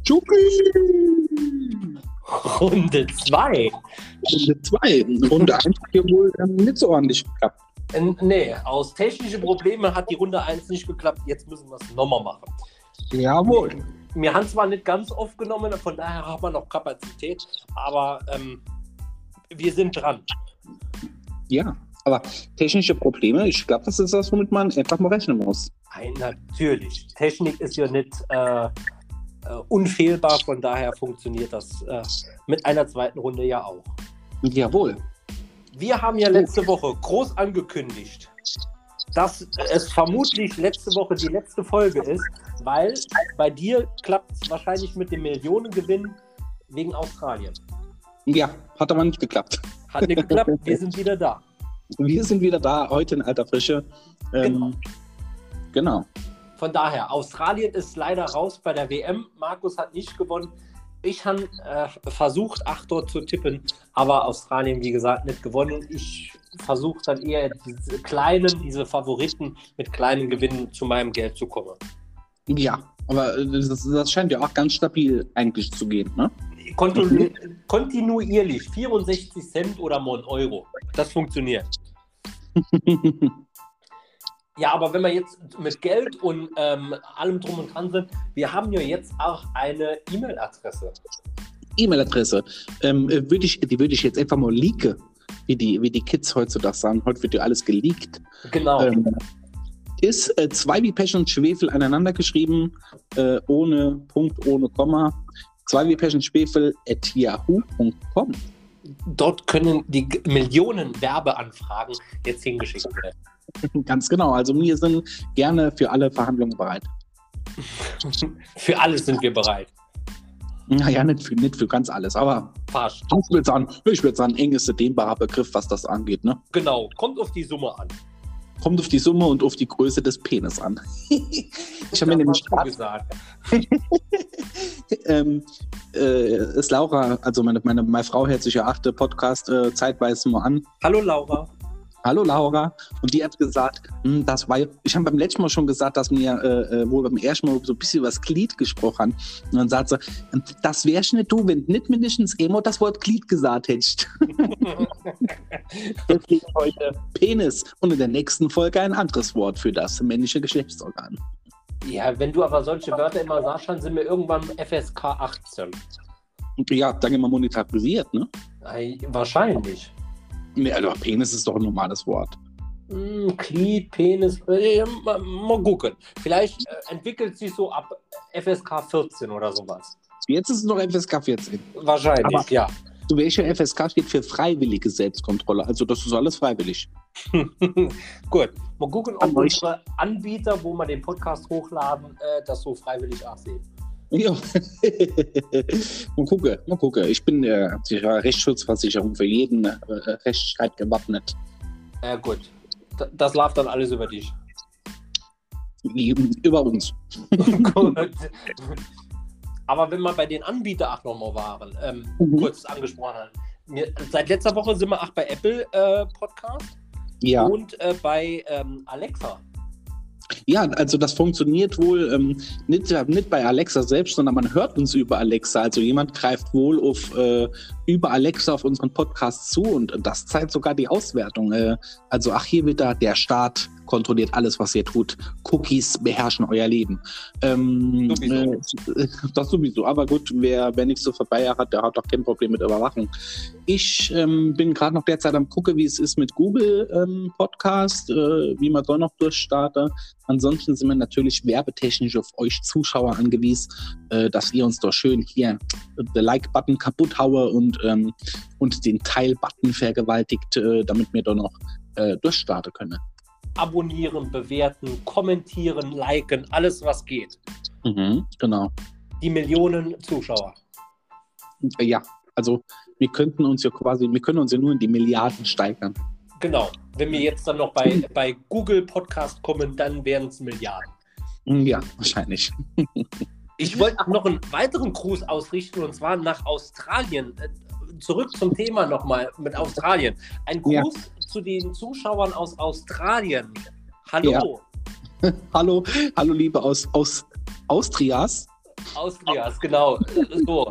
Runde 2. Runde 2. Runde 1 hat hier wohl nicht so ordentlich geklappt. Nee, aus technischen Problemen hat die Runde 1 nicht geklappt. Jetzt müssen wir es nochmal machen. Jawohl. Wir haben zwar nicht ganz aufgenommen, von daher haben wir noch Kapazität, aber wir sind dran. Ja, aber technische Probleme, ich glaube, das ist das, womit man einfach mal rechnen muss. Nein, natürlich. Technik ist ja nicht unfehlbar, von daher funktioniert das mit einer zweiten Runde ja auch. Jawohl. Wir haben ja letzte Woche groß angekündigt, dass es vermutlich letzte Woche die letzte Folge ist, weil bei dir klappt es wahrscheinlich mit dem Millionengewinn wegen Australien. Ja, hat aber nicht geklappt. Hat nicht geklappt, wir sind wieder da. Wir sind wieder da, heute in alter Frische. Genau. Von daher, Australien ist leider raus bei der WM. Markus hat nicht gewonnen. Ich habe versucht, 8 dort zu tippen, aber Australien, wie gesagt, nicht gewonnen. Ich versuche dann eher diese Favoriten mit kleinen Gewinnen zu meinem Geld zu kommen. Ja, aber das scheint ja auch ganz stabil eigentlich zu gehen, ne? Kontinuierlich, 64 Cent oder mal €1. Das funktioniert. Ja, aber wenn wir jetzt mit Geld und allem drum und dran sind, wir haben ja jetzt auch eine E-Mail-Adresse. E-Mail-Adresse. Die würde ich jetzt einfach mal leaken, wie die Kids heutzutage sagen. Heute wird ja alles geleakt. Genau. Ist 2 wie Pech und Schwefel aneinander geschrieben, ohne Punkt, ohne Komma. 2 wie Pech und Schwefel @yahoo.com. Dort können die Millionen Werbeanfragen jetzt hingeschickt werden. Ganz genau. Also wir sind gerne für alle Verhandlungen bereit. Für alles sind wir bereit. Naja, nicht für ganz alles, aber fast. Ich würde sagen, eng ist der dehnbare Begriff, was das angeht, ne? Genau, kommt auf die Summe an. Kommt auf die Summe und auf die Größe des Penis an. Ich habe mir nämlich gesagt. Ist Laura, also meine Frau hört sich ja 8. Podcast zeitweise mal an. Hallo Laura. Hallo Laura. Und die hat gesagt, ich habe beim letzten Mal schon gesagt, dass mir wohl beim ersten Mal so ein bisschen über das Glied gesprochen haben. Und dann sagt sie, das wärst nicht du, wenn nicht mindestens immer das Wort Glied gesagt hättest. Deswegen heute Penis und in der nächsten Folge ein anderes Wort für das männliche Geschlechtsorgan. Ja, wenn du aber solche Wörter immer sagst, dann sind wir irgendwann FSK 18. Ja, dann immer monetarisiert, ne? Wahrscheinlich. Nee, also Penis ist doch ein normales Wort. Glied, Penis, mal gucken. Vielleicht entwickelt sich so ab FSK 14 oder sowas. Jetzt ist es noch FSK 14. Wahrscheinlich, aber ja. So, welche FSK steht für freiwillige Selbstkontrolle? Also das ist alles freiwillig. Gut, mal gucken, ob unsere Anbieter, wo wir den Podcast hochladen, das so freiwillig aussehen. Ja, mal gucken. Ich bin der Rechtsschutzversicherung für jeden Rechtsstreit gewappnet. Gut, das läuft dann alles über dich. Über uns. Gut. Aber wenn wir bei den Anbietern auch nochmal waren, kurz angesprochen haben. Seit letzter Woche sind wir auch bei Apple Podcast und bei Alexa. Ja, also das funktioniert wohl nicht bei Alexa selbst, sondern man hört uns über Alexa. Also jemand greift wohl über Alexa auf unseren Podcast zu und das zeigt sogar die Auswertung. Also hier wieder der Staat kontrolliert alles, was ihr tut. Cookies beherrschen euer Leben. Das sowieso. Aber gut, wer nichts so vorbei hat, der hat doch kein Problem mit Überwachung. Ich bin gerade noch derzeit am gucken, wie es ist mit Google Podcast, wie man da noch durchstartet. Ansonsten sind wir natürlich werbetechnisch auf euch Zuschauer angewiesen, dass ihr uns doch schön hier den Like-Button kaputt haue und den Teil-Button vergewaltigt, damit wir da noch durchstarten können. Abonnieren, bewerten, kommentieren, liken, alles was geht. Genau. Die Millionen Zuschauer. Ja, also wir können uns ja nur in die Milliarden steigern. Genau. Wenn wir jetzt dann noch bei Google Podcast kommen, dann wären es Milliarden. Ja, wahrscheinlich. Ich wollte auch noch einen weiteren Gruß ausrichten, und zwar nach Australien. Zurück zum Thema nochmal mit Australien. Ein Gruß zu den Zuschauern aus Australien. Hallo. Ja. Hallo liebe aus Austrias. Austrias, genau. So.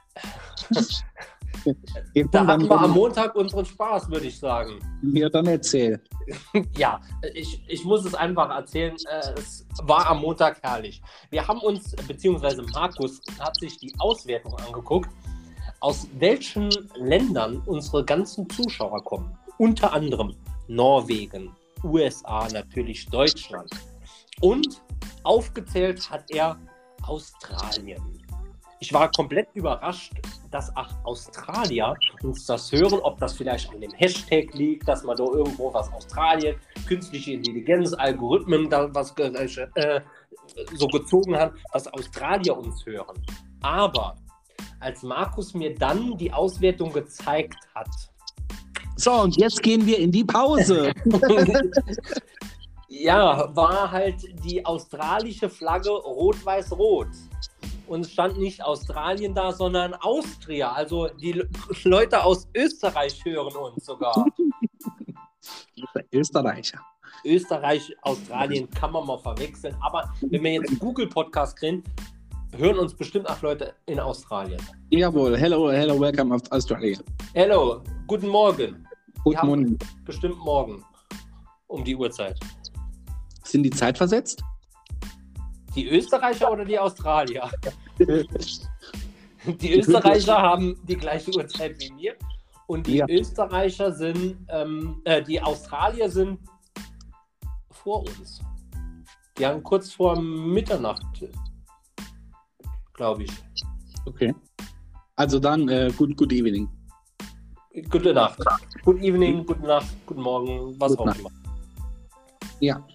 Da hatten wir am Montag unseren Spaß, würde ich sagen. Ja, dann erzähl. Ja, ich muss es einfach erzählen. Es war am Montag herrlich. Wir haben uns, beziehungsweise Markus hat sich die Auswertung angeguckt, aus welchen Ländern unsere ganzen Zuschauer kommen. Unter anderem Norwegen, USA, natürlich Deutschland. Und aufgezählt hat er Australien. Ich war komplett überrascht, dass Australier uns das hören, ob das vielleicht an dem Hashtag liegt, dass man da irgendwo was Australien, künstliche Intelligenz, Algorithmen, da was so gezogen hat, dass Australier uns hören. Aber als Markus mir dann die Auswertung gezeigt hat. So, und jetzt gehen wir in die Pause. Ja, war halt die australische Flagge rot-weiß-rot. Und es stand nicht Australien da, sondern Austria. Also die Leute aus Österreich hören uns sogar. Österreicher. Österreich, Australien kann man mal verwechseln. Aber wenn wir jetzt Google-Podcast kriegen, hören uns bestimmt auch Leute in Australien. Jawohl, hello, welcome to Australia. Hello, guten Morgen. Guten Morgen. Bestimmt morgen um die Uhrzeit. Sind die zeitversetzt? Die Österreicher oder die Australier? Die Österreicher haben die gleiche Uhrzeit wie wir und die Österreicher sind, die Australier sind vor uns. Die haben kurz vor Mitternacht, glaube ich. Okay. Also dann, good evening. Gute Nacht. Good evening, gute Nacht, guten Morgen, was auch immer. Ja.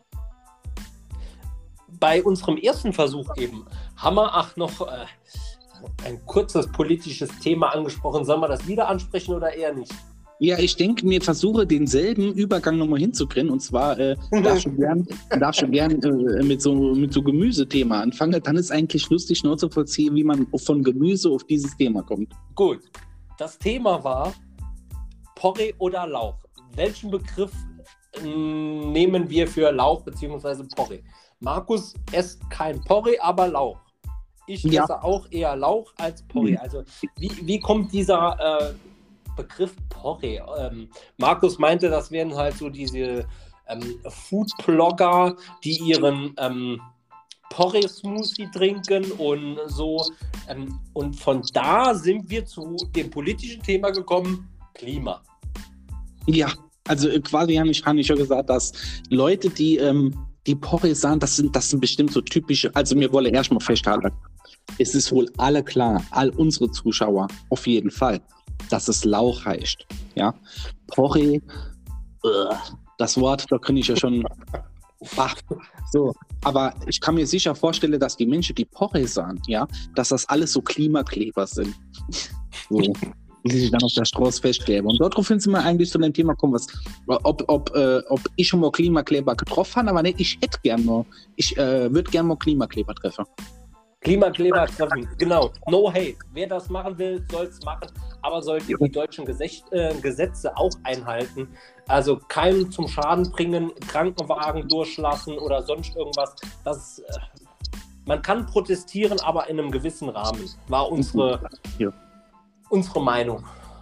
Bei unserem ersten Versuch eben haben wir auch noch ein kurzes politisches Thema angesprochen. Sollen wir das wieder ansprechen oder eher nicht? Ja, ich denke, mir versuche denselben Übergang nochmal hinzukriegen. Und zwar darf schon gern mit so Gemüsethema anfangen. Dann ist eigentlich lustig nur zu vollziehen, wie man von Gemüse auf dieses Thema kommt. Gut. Das Thema war Porree oder Lauch. Welchen Begriff nehmen wir für Lauch bzw. Porree? Markus esst kein Porree, aber Lauch. Ich esse auch eher Lauch als Porree. Also wie kommt dieser Begriff Porree? Markus meinte, das wären halt so diese Food-Blogger, die ihren Porree-Smoothie trinken und so. Und von da sind wir zu dem politischen Thema gekommen, Klima. Ja, also quasi habe ich ja gesagt, dass Leute, die Porree sagen, das sind bestimmt so typische, also mir wollen erstmal festhalten, es ist wohl alle klar, all unsere Zuschauer auf jeden Fall, dass es Lauch heißt. Ja, Porree, das Wort, da kann ich ja schon, so, aber ich kann mir sicher vorstellen, dass die Menschen, die Porree sagen, ja, dass das alles so Klimakleber sind. So. Die sich dann auf der Straße festkleben. Und daraufhin sind wir eigentlich zu dem Thema gekommen, ob ich schon mal Klimakleber getroffen habe, aber nicht, ich würde gerne mal Klimakleber treffen. Klimakleber treffen, genau. No hate. Wer das machen will, soll es machen, aber sollte die deutschen Gesetze auch einhalten. Also keinen zum Schaden bringen, Krankenwagen durchlassen oder sonst irgendwas. Man kann protestieren, aber in einem gewissen Rahmen. War unsere Meinung.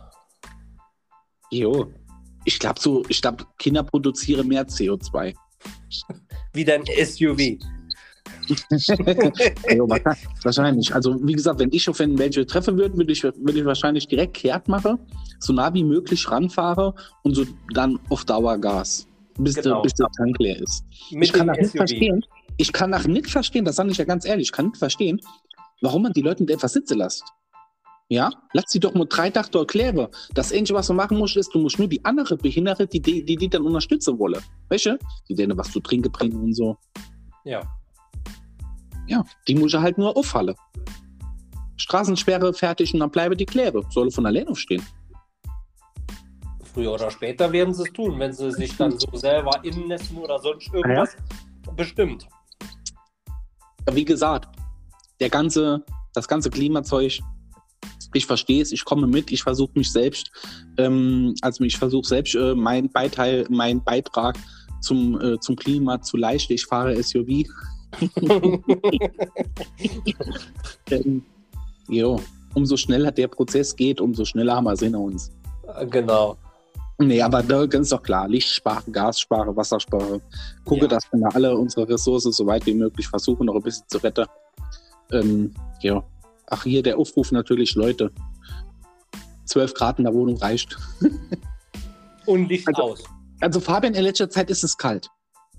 Jo, ich glaube, Kinder produzieren mehr CO2. Wie dein SUV. Jo, wahrscheinlich. Also wie gesagt, wenn ich auf welche treffen würde, würde ich wahrscheinlich direkt kehrt machen, so nah wie möglich ranfahre und so dann auf Dauer Gas, bis der Tank leer ist. Ich kann das nicht verstehen, das sage ich ja ganz ehrlich, ich kann nicht verstehen, warum man die Leute nicht einfach sitzen lässt. Ja, lass sie doch nur 3 Tage dort klären. Das Einzige, was du machen musst, ist, du musst nur die andere Behinderte, die dann unterstützen wollen. Weißt du? Die denen was zu trinken bringen und so. Ja. Ja, die muss halt nur auffallen. Straßensperre fertig und dann bleibe die Kläre. Soll von alleine aufstehen. Früher oder später werden sie es tun, wenn sie sich dann so selber innennässen oder sonst irgendwas. Ja. Bestimmt. Wie gesagt, das ganze Klimazeug, ich verstehe es, ich komme mit, ich versuche mich selbst, meinen Beitrag zum Klima zu leisten. Ich fahre SUV. Jo, umso schneller der Prozess geht, umso schneller haben wir es hinter uns. Genau. Nee, aber da ist doch klar, Licht sparen, Gas sparen, Wasser sparen. Gucke, dass wir alle unsere Ressourcen so weit wie möglich versuchen, noch ein bisschen zu retten. Ja. Ach, hier der Aufruf natürlich, Leute. 12 Grad in der Wohnung reicht. Und Licht aus. Also Fabian, in letzter Zeit ist es kalt.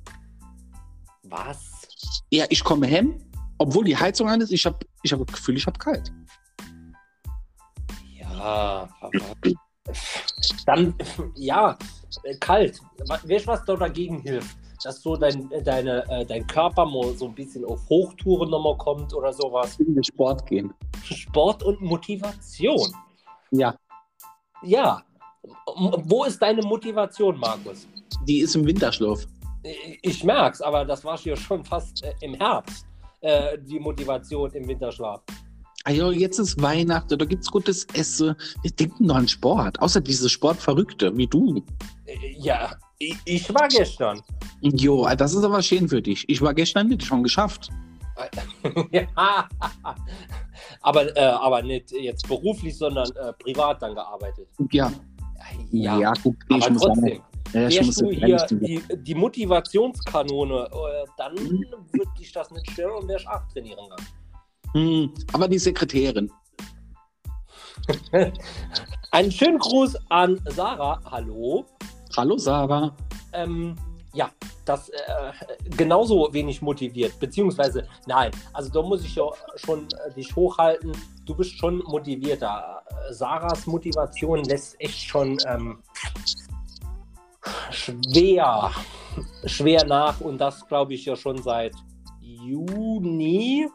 Was? Ja, ich komme heim, obwohl die Heizung an ist, ich hab das Gefühl, ich habe kalt. Ja, aber dann, ja, kalt. Weißt du, was da dagegen hilft? Dass so dein Körper mal so ein bisschen auf Hochtouren nochmal kommt oder sowas. In den Sport gehen. Sport und Motivation. Ja. Ja. Wo ist deine Motivation, Markus? Die ist im Winterschlaf. Ich merk's, aber das war ja schon fast im Herbst, die Motivation im Winterschlaf. Also jetzt ist Weihnachten, da gibt's gutes Essen. Wir denken noch an Sport, außer diese Sportverrückte wie du. Ja, ich war gestern. Jo, das ist aber schön für dich. Ich war gestern nicht, schon geschafft. Ja, aber nicht jetzt beruflich, sondern privat dann gearbeitet. Ja. Ja, gut, aber ich muss trotzdem. Wärst du hier sagen, die Motivationskanone, dann würde dich das nicht stören und wärst auch trainieren gegangen. Aber die Sekretärin. Einen schönen Gruß an Sarah. Hallo. Hallo Sarah. Ja, das genauso wenig motiviert, beziehungsweise nein, also da muss ich ja schon dich hochhalten, du bist schon motivierter. Sarahs Motivation lässt echt schon schwer nach und das glaube ich ja schon seit Juli,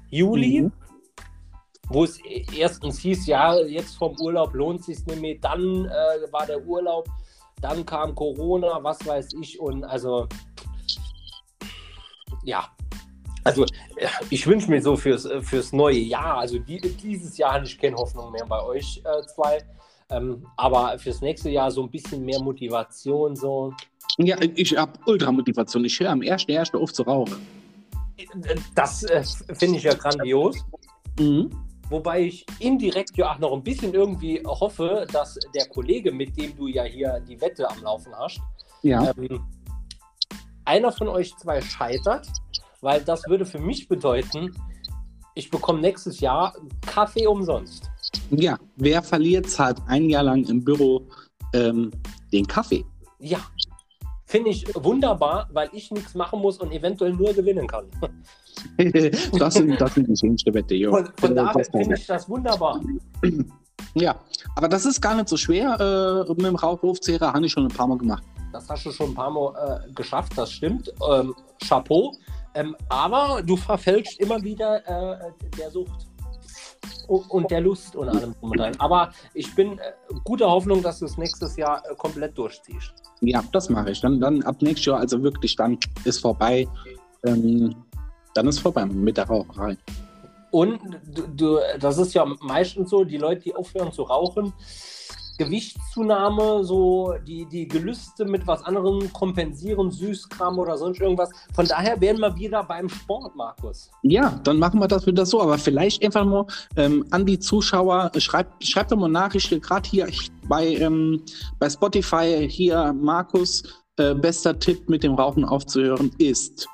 wo es erstens hieß, ja, jetzt vom Urlaub lohnt es sich nicht mehr, dann war der Urlaub, dann kam Corona, was weiß ich und also ja, also ich wünsche mir so fürs neue Jahr, also dieses Jahr hatte ich keine Hoffnung mehr bei euch zwei, aber fürs nächste Jahr so ein bisschen mehr Motivation so. Ja, ich habe Ultramotivation, ich höre am 1.1. auf zu rauchen. Das finde ich ja grandios. Wobei ich indirekt ja auch noch ein bisschen irgendwie hoffe, dass der Kollege, mit dem du ja hier die Wette am Laufen hast, einer von euch zwei scheitert, weil das würde für mich bedeuten, ich bekomme nächstes Jahr Kaffee umsonst. Ja, wer verliert, zahlt ein Jahr lang im Büro den Kaffee. Ja, finde ich wunderbar, weil ich nichts machen muss und eventuell nur gewinnen kann. Das sind die schönste Wette, jo. Von daher finde ich das wunderbar. Ja, aber das ist gar nicht so schwer. Mit dem Rauchwurfzehrer habe ich schon ein paar Mal gemacht. Das hast du schon ein paar Mal geschafft, das stimmt. Chapeau. Aber du verfälschst immer wieder der Sucht und der Lust und allem. Aber ich bin guter Hoffnung, dass du es nächstes Jahr komplett durchziehst. Ja, das mache ich. Dann ab nächstes Jahr, also wirklich, dann ist vorbei. Dann ist vorbei mit der Raucherei. Und das ist ja meistens so, die Leute, die aufhören zu rauchen, Gewichtszunahme, so die Gelüste mit was anderem kompensieren, Süßkram oder sonst irgendwas. Von daher wären wir wieder beim Sport, Markus. Ja, dann machen wir das wieder so. Aber vielleicht einfach mal an die Zuschauer, schreibt doch mal Nachrichten, gerade hier bei Spotify, hier Markus, bester Tipp mit dem Rauchen aufzuhören ist...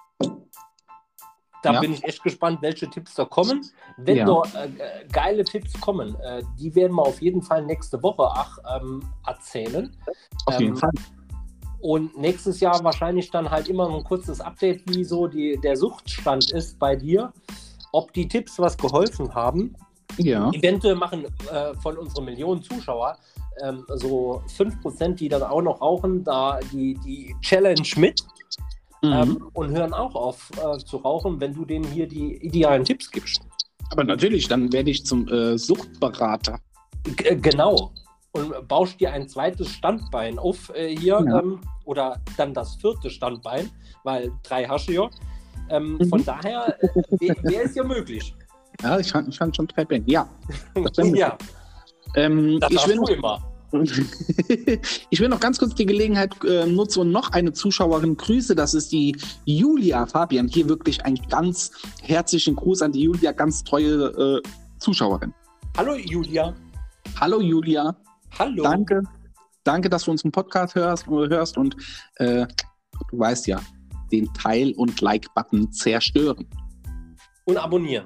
Da bin ich echt gespannt, welche Tipps da kommen. Wenn da geile Tipps kommen, die werden wir auf jeden Fall nächste Woche erzählen. Auf jeden Fall. Und nächstes Jahr wahrscheinlich dann halt immer ein kurzes Update, wie so der Suchtstand ist bei dir. Ob die Tipps was geholfen haben. Ja. Eventuell machen von unseren Millionen Zuschauer so 5%, die dann auch noch rauchen, da die Challenge mit. Und hören auch auf zu rauchen, wenn du denen hier die idealen Tipps gibst. Aber natürlich, dann werde ich zum Suchtberater. Genau. Und baust dir ein zweites Standbein auf hier oder dann das 4. Standbein, weil 3 hast du ja. Von daher wäre es ja möglich. Ja, ich fand schon 3 Beine. Ja. Ja. Das ich will du immer. Ich will noch ganz kurz die Gelegenheit nutzen und noch eine Zuschauerin grüße. Das ist die Julia Fabian. Hier wirklich einen ganz herzlichen Gruß an die Julia, ganz treue Zuschauerin. Hallo Julia. Hallo Julia. Hallo. Danke, dass du unseren Podcast hörst und du weißt ja, den Teil- und Like-Button zerstören. Und abonnieren.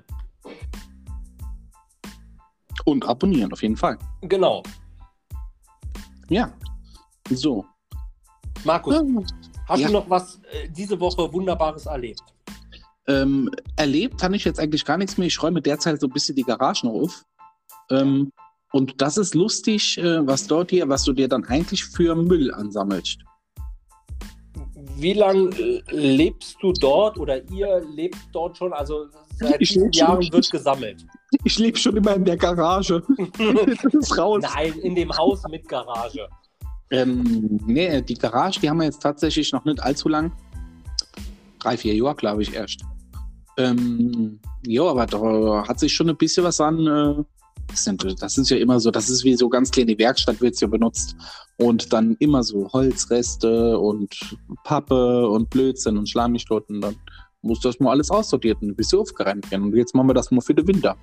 Und abonnieren, auf jeden Fall. Genau. Ja, so. Markus, hast Ja. du noch was diese Woche Wunderbares erlebt? Erlebt habe ich jetzt eigentlich gar nichts mehr. Ich räume derzeit so ein bisschen die Garage noch auf. Und das ist lustig, was du dir dann eigentlich für Müll ansammelst. Wie lange lebst du dort oder ihr lebt dort schon? Also seit Ich vielen lebe schon. Jahren wird gesammelt. Ich lebe schon immer in der Garage. Das ist raus. Nein, in dem Haus mit Garage. Nee, die Garage, die haben wir jetzt tatsächlich noch nicht allzu lang. 3-4 Jahre, glaube ich, erst. Ja, aber da hat sich schon ein bisschen was an. Das ist ja immer so, das ist wie so ganz kleine Werkstatt, wird es ja benutzt. Und dann immer so Holzreste und Pappe und Blödsinn und Schlammigkeit. Und dann muss das mal alles aussortiert und ein bisschen aufgeräumt werden. Und jetzt machen wir das mal für den Winter.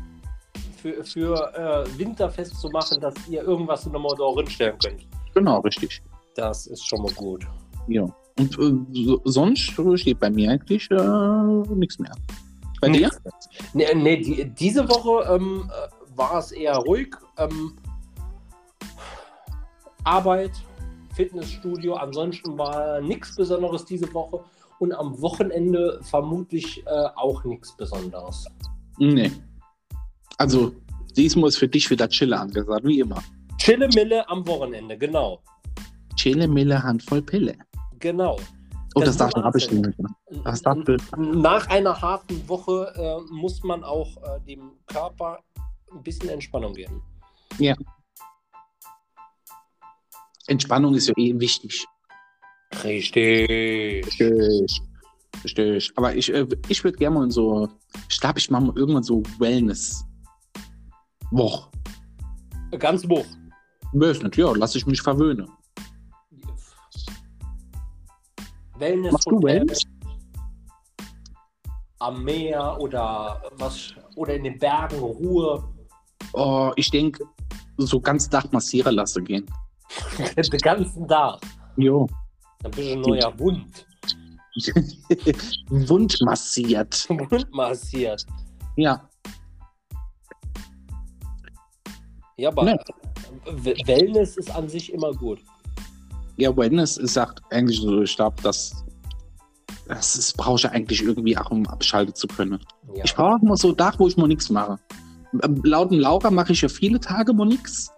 Für winterfest zu machen, dass ihr irgendwas nochmal da drinstellen könnt. Genau, richtig. Das ist schon mal gut. Ja. Und sonst steht bei mir eigentlich nichts mehr. Bei dir? Nee, diese Woche war es eher ruhig. Arbeit, Fitnessstudio, ansonsten war nichts Besonderes diese Woche und am Wochenende vermutlich auch nichts Besonderes. Nee. Also, diesmal ist für dich wieder Chille angesagt, wie immer. Chille Mille am Wochenende, genau. Chille, Mille, Handvoll Pille. Genau. Oh, das darf ist man abstimmen. Das darf Nach einer harten Woche muss man auch dem Körper ein bisschen Entspannung geben. Ja. Entspannung ist ja eh wichtig. Richtig. Richtig. Aber ich würde gerne mal in so, ich glaube, ich mache mal irgendwann so Wellness-Woche. Ganz hoch. Weiß nicht, ja, lass ich mich verwöhnen. Wellness Machst du Wellness? Am Meer oder in den Bergen, Ruhe. Oh, ich denke, so ganz Tag massieren lassen gehen. Den ganzen Tag. Jo. Dann bist du ein neuer Wund. Wund massiert. Wund massiert. Ja. Ja, aber Ne. Wellness ist an sich immer gut. Ja, Wellness ist sagt eigentlich so, ich glaube, das brauche ich eigentlich irgendwie auch, um abschalten zu können. Ja. Ich brauche mal so einen Tag, wo ich mal nichts mache. Laut dem Laura mache ich ja viele Tage mal nichts.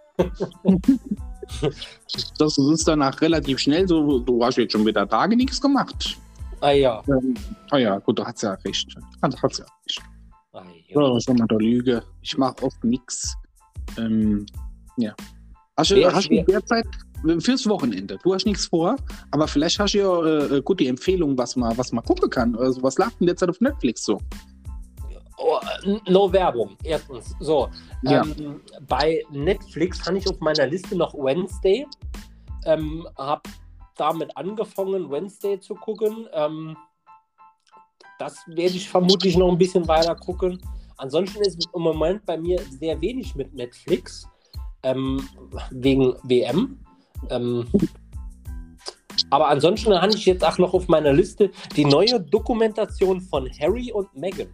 Das ist danach relativ schnell so, du hast jetzt schon wieder Tage nichts gemacht. Ah ja. Ja, gut, da hat sie ja recht. Ah, ja. So, schon mal da Lüge. Ich mache oft nichts. Ja. Hast Wer- du derzeit fürs Wochenende? Du hast nichts vor, aber vielleicht hast du ja gut die Empfehlung, was man gucken kann. Also, was lag denn derzeit auf Netflix so? Oh, no Werbung, erstens. So, Ja. bei Netflix habe ich auf meiner Liste noch Wednesday. Habe damit angefangen, Wednesday zu gucken. Das werde ich vermutlich noch ein bisschen weiter gucken. Ansonsten ist im Moment bei mir sehr wenig mit Netflix, wegen WM. Aber ansonsten habe ich jetzt auch noch auf meiner Liste die neue Dokumentation von Harry und Meghan.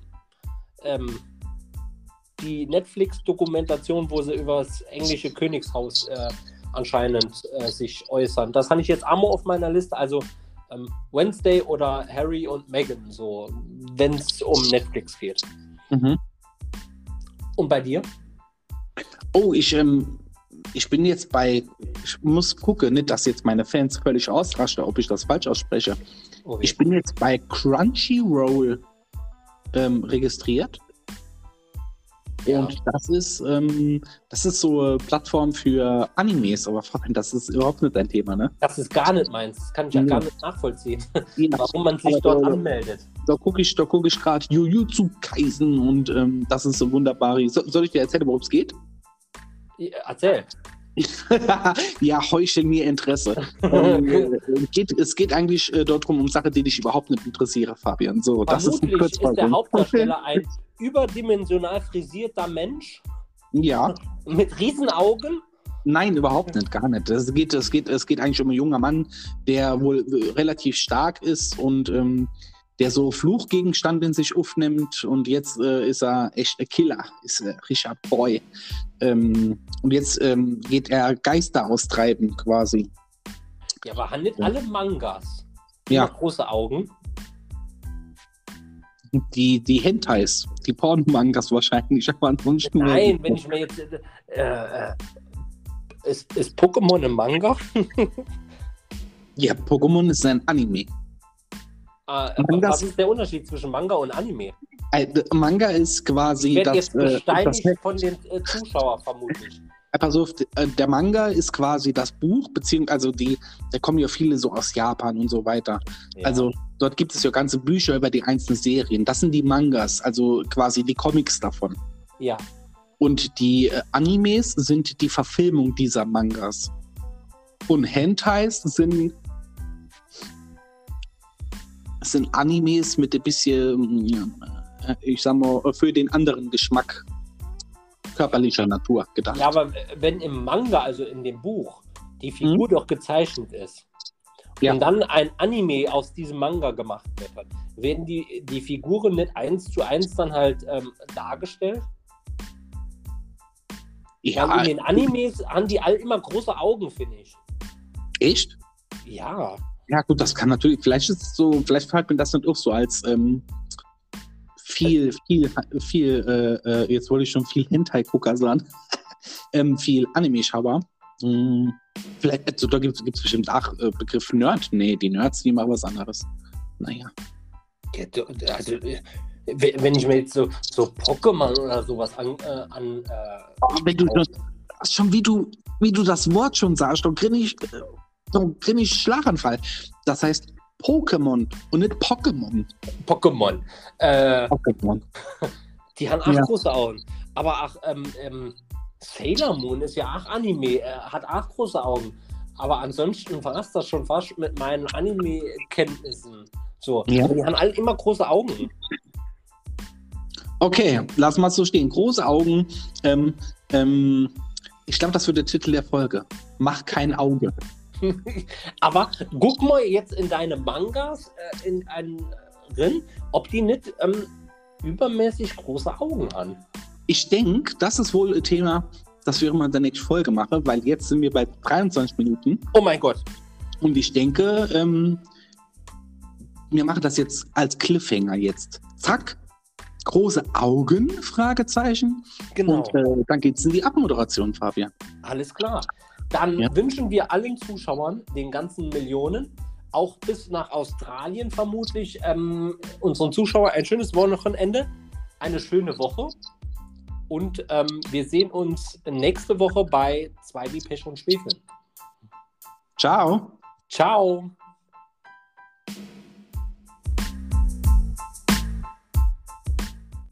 Die Netflix-Dokumentation, wo sie über das englische Königshaus anscheinend sich äußern. Das habe ich jetzt einmal auf meiner Liste. Also Wednesday oder Harry und Meghan, so, wenn es um Netflix geht. Mhm. Und bei dir? Oh, ich bin jetzt ich muss gucken, nicht, dass jetzt meine Fans völlig ausrasten, ob ich das falsch ausspreche. Okay. Ich bin jetzt bei Crunchyroll registriert. Ja. Und das ist so eine Plattform für Animes, aber Freund, das ist überhaupt nicht dein Thema, ne? Das ist gar nicht meins. Das kann ich ja Ja. gar nicht nachvollziehen, Ja, warum man sich aber dort da- anmeldet. Da gucke ich gerade Jujutsu Kaisen und das ist so wunderbar. Soll ich dir erzählen, worum es geht? Erzähl. Ja, heuchel mir Interesse. Es geht eigentlich darum, um Sachen, die dich überhaupt nicht interessieren, Fabian. So, das ist Vermutlich ist der Kurzfassung. Hauptdarsteller ein überdimensional frisierter Mensch Ja, mit Riesenaugen. nein, überhaupt nicht, gar nicht. Es geht eigentlich um einen jungen Mann, der wohl relativ stark ist und der so Fluchgegenstand in sich aufnimmt und jetzt ist er echt ein Killer, ist ein richtiger Boy. Und jetzt geht er Geister austreiben quasi. Ja, aber haben nicht alle Mangas Ja. immer große Augen? Die Hentais, die Pornomangas wahrscheinlich, aber ansonsten. Nein, wenn ich mir jetzt... ist Pokémon ein Manga? Ja, Pokémon ist ein Anime. Mangas- Was ist der Unterschied zwischen Manga und Anime? Manga ist quasi Ich werde das. jetzt besteinigt von den Zuschauern vermutlich. Pass auf, der Manga ist quasi das Buch, beziehungsweise da kommen ja viele so aus Japan und so weiter. Ja. Also dort gibt es ja ganze Bücher über die einzelnen Serien. Das sind die Mangas, also quasi die Comics davon. Ja. Und die Animes sind die Verfilmung dieser Mangas. Und Hentais sind Animes mit ein bisschen, ich sag mal, für den anderen Geschmack körperlicher Natur gedacht. Ja, aber wenn im Manga, also in dem Buch, die Figur doch gezeichnet ist Ja. und dann ein Anime aus diesem Manga gemacht wird, werden die Figuren nicht 1:1 dann halt dargestellt? Ja, Weil in den Animes haben die alle immer große Augen, finde ich. echt? Ja. Ja, gut, das kann natürlich, vielleicht fällt mir das nicht auch so als viel, jetzt wollte ich schon viel Hentai-Gucker sagen, viel Anime-Schauer. Vielleicht, also da gibt es bestimmt auch Begriff Nerd. Nee, die Nerds, die machen was anderes. Naja. Also, wenn ich mir jetzt so Pokémon oder sowas Wenn du schon wie du das Wort schon sagst, dann krieg ich Schlaganfall. Das heißt Pokémon und nicht Pokémon. Pokémon. Pokémon. Die haben auch Ja. große Augen. Aber auch Sailor Moon ist ja auch Anime, hat auch große Augen. Aber ansonsten war es das schon fast mit meinen Anime-Kenntnissen. So. Ja. Die haben alle immer große Augen. Okay, lass mal so stehen. Große Augen. Ich glaube, das wird der Titel der Folge. Mach kein Auge. Aber guck mal jetzt in deine Mangas drin, ob die nicht übermäßig große Augen haben. Ich denke, das ist wohl ein Thema, das wir immer in der nächsten Folge machen, weil jetzt sind wir bei 23 Minuten. Oh mein Gott. Und ich denke, wir machen das jetzt als Cliffhanger jetzt. Zack, große Augen, Fragezeichen. Genau. Und dann geht's in die Abmoderation, Fabian. Alles klar. Dann Ja. wünschen wir allen Zuschauern, den ganzen Millionen, auch bis nach Australien vermutlich, unseren Zuschauern ein schönes Wochenende, eine schöne Woche. Und wir sehen uns nächste Woche bei 2 wie Pech und Schwefel. Ciao. Ciao.